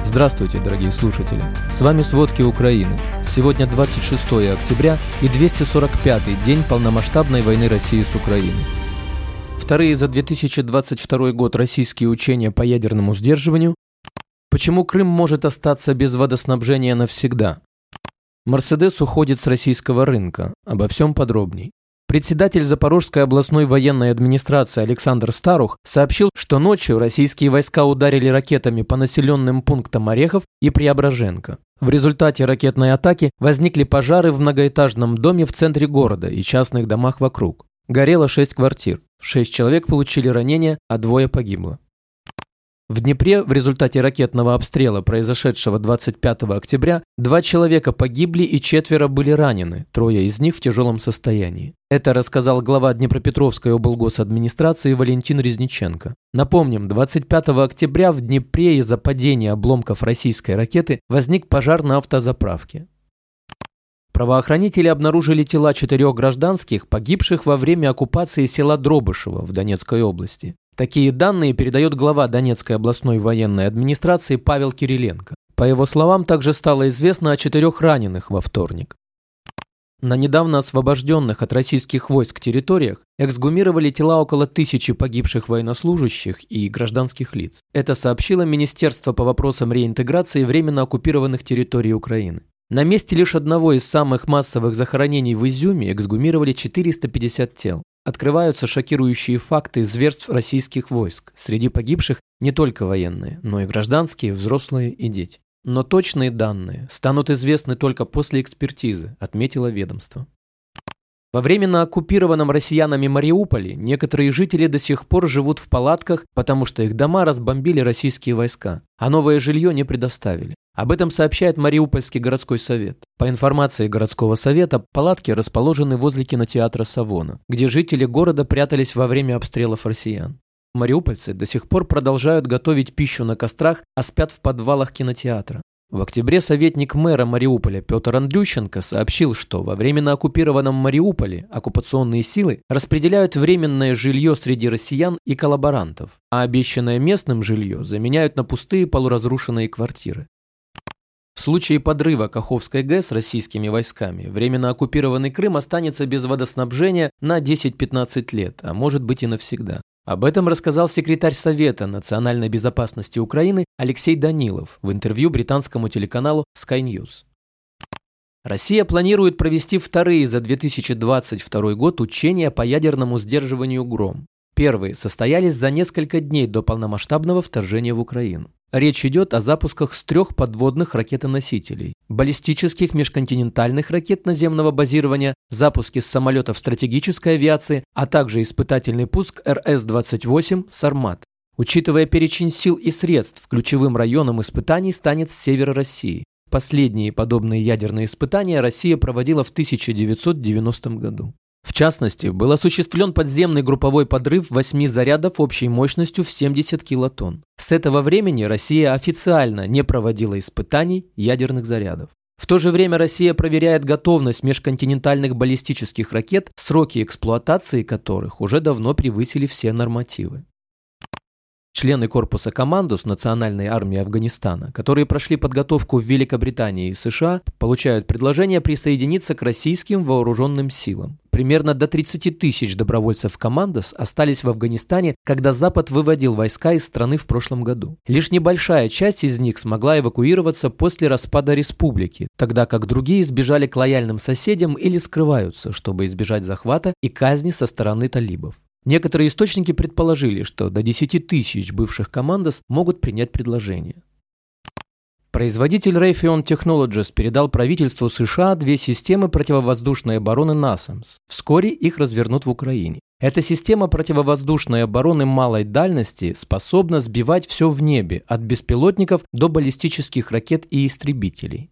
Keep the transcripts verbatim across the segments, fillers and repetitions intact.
Здравствуйте, дорогие слушатели! С вами «Сводки Украины». Сегодня двадцать шестое октября и двести сорок пятый день полномасштабной войны России с Украиной. Вторые за две тысячи двадцать второй год российские учения по ядерному сдерживанию. Почему Крым может остаться без водоснабжения навсегда? Мерседес уходит с российского рынка. Обо всем подробней. Председатель Запорожской областной военной администрации Александр Старух сообщил, что ночью российские войска ударили ракетами по населенным пунктам Орехов и Преображенка. В результате ракетной атаки возникли пожары в многоэтажном доме в центре города и частных домах вокруг. Горело шесть квартир. Шесть человек получили ранения, а двое погибло. В Днепре в результате ракетного обстрела, произошедшего двадцать пятого октября, два человека погибли и четверо были ранены, трое из них в тяжелом состоянии. Это рассказал глава Днепропетровской облгосадминистрации Валентин Резниченко. Напомним, двадцать пятого октября в Днепре из-за падения обломков российской ракеты возник пожар на автозаправке. Правоохранители обнаружили тела четырех гражданских, погибших во время оккупации села Дробышево в Донецкой области. Такие данные передает глава Донецкой областной военной администрации Павел Кириленко. По его словам, также стало известно о четырех раненых во вторник. На недавно освобожденных от российских войск территориях эксгумировали тела около тысячи погибших военнослужащих и гражданских лиц. Это сообщило Министерство по вопросам реинтеграции временно оккупированных территорий Украины. На месте лишь одного из самых массовых захоронений в Изюме эксгумировали четыреста пятьдесят тел. Открываются шокирующие факты зверств российских войск. Среди погибших не только военные, но и гражданские, взрослые и дети. Но точные данные станут известны только после экспертизы, отметило ведомство. Во временно оккупированном россиянами Мариуполе некоторые жители до сих пор живут в палатках, потому что их дома разбомбили российские войска, а новое жилье не предоставили. Об этом сообщает Мариупольский городской совет. По информации городского совета, палатки расположены возле кинотеатра «Савона», где жители города прятались во время обстрелов россиян. Мариупольцы до сих пор продолжают готовить пищу на кострах, а спят в подвалах кинотеатра. В октябре советник мэра Мариуполя Петр Андрющенко сообщил, что во временно оккупированном Мариуполе оккупационные силы распределяют временное жилье среди россиян и коллаборантов, а обещанное местным жилье заменяют на пустые полуразрушенные квартиры. В случае подрыва Каховской ГЭС российскими войсками временно оккупированный Крым останется без водоснабжения на десять-пятнадцать лет, а может быть и навсегда. Об этом рассказал секретарь Совета национальной безопасности Украины Алексей Данилов в интервью британскому телеканалу Sky News. Россия планирует провести вторые за две тысячи двадцать второй год учения по ядерному сдерживанию «Гром». Первые состоялись за несколько дней до полномасштабного вторжения в Украину. Речь идет о запусках с трех подводных ракетоносителей, баллистических межконтинентальных ракет наземного базирования, запуски с самолетов стратегической авиации, а также испытательный пуск эр эс двадцать восемь «Сармат». Учитывая перечень сил и средств, ключевым районом испытаний станет север России. Последние подобные ядерные испытания Россия проводила в тысяча девятьсот девяностом году. В частности, был осуществлен подземный групповой подрыв восьми зарядов общей мощностью в семьдесят килотонн. С этого времени Россия официально не проводила испытаний ядерных зарядов. В то же время Россия проверяет готовность межконтинентальных баллистических ракет, сроки эксплуатации которых уже давно превысили все нормативы. Члены корпуса «Командос» Национальной армии Афганистана, которые прошли подготовку в Великобритании и США, получают предложение присоединиться к российским вооруженным силам. Примерно до тридцати тысяч добровольцев «Командос» остались в Афганистане, когда Запад выводил войска из страны в прошлом году. Лишь небольшая часть из них смогла эвакуироваться после распада республики, тогда как другие сбежали к лояльным соседям или скрываются, чтобы избежать захвата и казни со стороны талибов. Некоторые источники предположили, что до десяти тысяч бывших «Командос» могут принять предложение. Производитель Raytheon Technologies передал правительству США две системы противовоздушной обороны насамс. Вскоре их развернут в Украине. Эта система противовоздушной обороны малой дальности способна сбивать все в небе, от беспилотников до баллистических ракет и истребителей.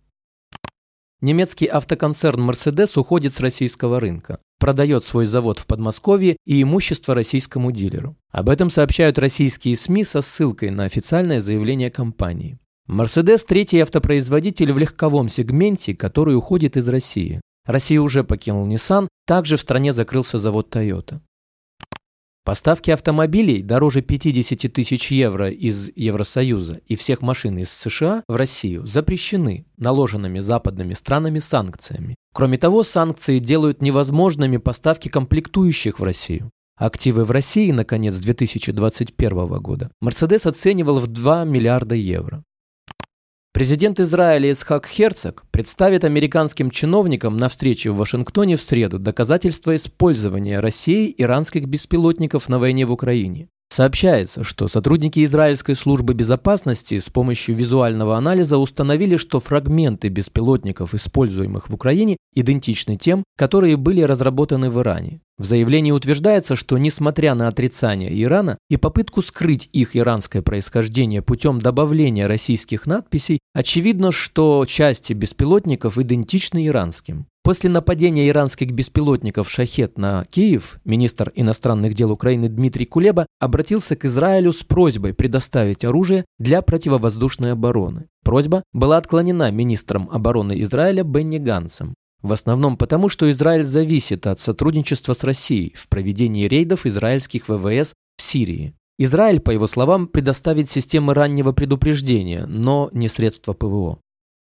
Немецкий автоконцерн Mercedes уходит с российского рынка, продает свой завод в Подмосковье и имущество российскому дилеру. Об этом сообщают российские СМИ со ссылкой на официальное заявление компании. Mercedes – третий автопроизводитель в легковом сегменте, который уходит из России. Россию уже покинул Nissan, также в стране закрылся завод Toyota. Поставки автомобилей дороже пятьдесят тысяч евро из Евросоюза и всех машин из США в Россию запрещены наложенными западными странами санкциями. Кроме того, санкции делают невозможными поставки комплектующих в Россию. Активы в России на конец две тысячи двадцать первого года Мерседес оценивал в два миллиарда евро. Президент Израиля Ицхак Херцог представит американским чиновникам на встрече в Вашингтоне в среду доказательства использования Россией иранских беспилотников на войне в Украине. Сообщается, что сотрудники израильской службы безопасности с помощью визуального анализа установили, что фрагменты беспилотников, используемых в Украине, идентичны тем, которые были разработаны в Иране. В заявлении утверждается, что несмотря на отрицание Ирана и попытку скрыть их иранское происхождение путем добавления российских надписей, очевидно, что части беспилотников идентичны иранским. После нападения иранских беспилотников «Шахед» на Киев, министр иностранных дел Украины Дмитрий Кулеба обратился к Израилю с просьбой предоставить оружие для противовоздушной обороны. Просьба была отклонена министром обороны Израиля Бенни Ганцем. В основном потому, что Израиль зависит от сотрудничества с Россией в проведении рейдов израильских вэ вэ эс в Сирии. Израиль, по его словам, предоставит системы раннего предупреждения, но не средства пэ вэ о.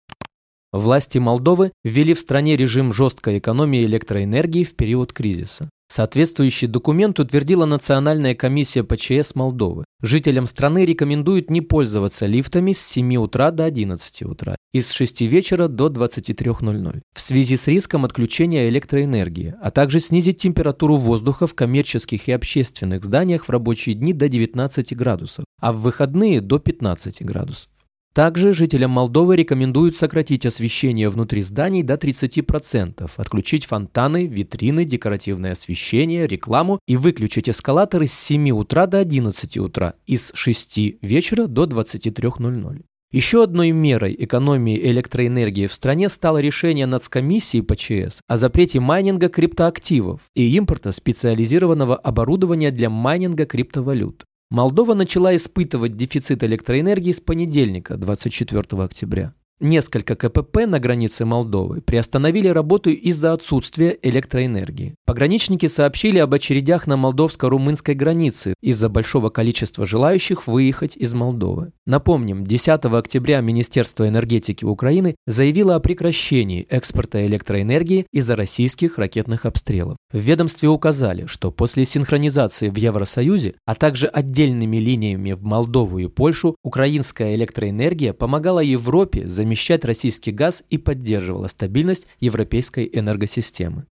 Власти Молдовы ввели в стране режим жесткой экономии электроэнергии в период кризиса. Соответствующий документ утвердила Национальная комиссия пэ че эс Молдовы. Жителям страны рекомендуют не пользоваться лифтами с семи утра до одиннадцати утра и с шести вечера до двадцати трёх ноль-ноль в связи с риском отключения электроэнергии, а также снизить температуру воздуха в коммерческих и общественных зданиях в рабочие дни до девятнадцати градусов, а в выходные до пятнадцати градусов. Также жителям Молдовы рекомендуют сократить освещение внутри зданий до тридцати процентов, отключить фонтаны, витрины, декоративное освещение, рекламу и выключить эскалаторы с семи утра до одиннадцати утра и с шести вечера до двадцати трёх ноль-ноль. Еще одной мерой экономии электроэнергии в стране стало решение Нацкомиссии пэ че эс о запрете майнинга криптоактивов и импорта специализированного оборудования для майнинга криптовалют. Молдова начала испытывать дефицит электроэнергии с понедельника, двадцать четвёртого октября. Несколько ка пэ пэ на границе Молдовы приостановили работу из-за отсутствия электроэнергии. Пограничники сообщили об очередях на молдовско-румынской границе из-за большого количества желающих выехать из Молдовы. Напомним, десятого октября Министерство энергетики Украины заявило о прекращении экспорта электроэнергии из-за российских ракетных обстрелов. В ведомстве указали, что после синхронизации в Евросоюзе, а также отдельными линиями в Молдову и Польшу, украинская электроэнергия помогала Европе замещать российский газ и поддерживала стабильность европейской энергосистемы.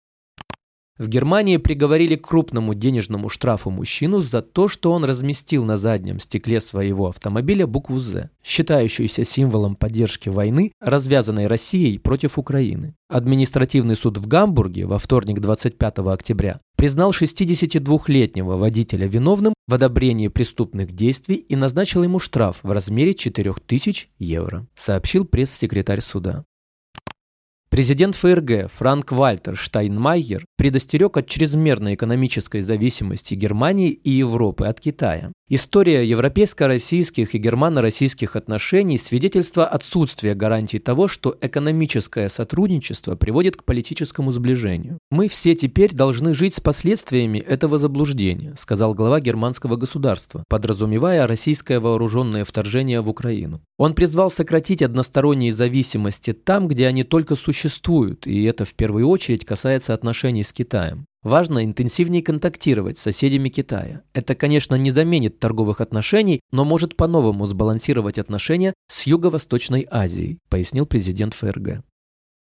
В Германии приговорили к крупному денежному штрафу мужчину за то, что он разместил на заднем стекле своего автомобиля букву «З», считающуюся символом поддержки войны, развязанной Россией против Украины. Административный суд в Гамбурге во вторник, двадцать пятого октября, признал шестидесятидвухлетнего водителя виновным в одобрении преступных действий и назначил ему штраф в размере четырёх тысяч евро, сообщил пресс-секретарь суда. Президент эф эр гэ Франк-Вальтер Штайнмайер предостерег от чрезмерной экономической зависимости Германии и Европы от Китая. История европейско-российских и германо-российских отношений – свидетельство отсутствия гарантий того, что экономическое сотрудничество приводит к политическому сближению. «Мы все теперь должны жить с последствиями этого заблуждения», сказал глава германского государства, подразумевая российское вооруженное вторжение в Украину. Он призвал сократить односторонние зависимости там, где они только существуют, и это в первую очередь касается отношений с Китаем. Важно интенсивнее контактировать с соседями Китая. Это, конечно, не заменит торговых отношений, но может по-новому сбалансировать отношения с Юго-Восточной Азией, пояснил президент эф эр гэ.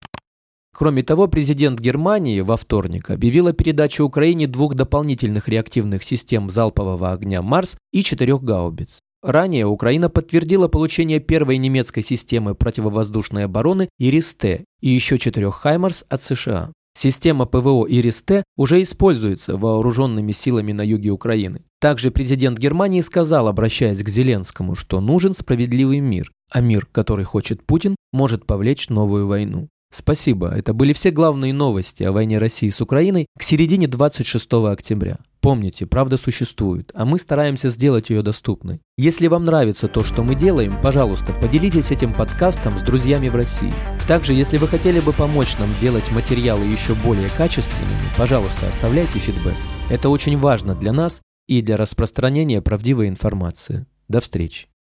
Кроме того, президент Германии во вторник объявил о передаче Украине двух дополнительных реактивных систем залпового огня «Марс» и четырех гаубиц. Ранее Украина подтвердила получение первой немецкой системы противовоздушной обороны «Ирис-Т» и еще четырех «Хаймарс» от США. Система пэ вэ о «Ирис-Т» уже используется вооруженными силами на юге Украины. Также президент Германии сказал, обращаясь к Зеленскому, что нужен справедливый мир, а мир, который хочет Путин, может повлечь новую войну. Спасибо, это были все главные новости о войне России с Украиной к середине двадцать шестого октября. Помните, правда существует, а мы стараемся сделать ее доступной. Если вам нравится то, что мы делаем, пожалуйста, поделитесь этим подкастом с друзьями в России. Также, если вы хотели бы помочь нам делать материалы еще более качественными, пожалуйста, оставляйте фидбэк. Это очень важно для нас и для распространения правдивой информации. До встречи.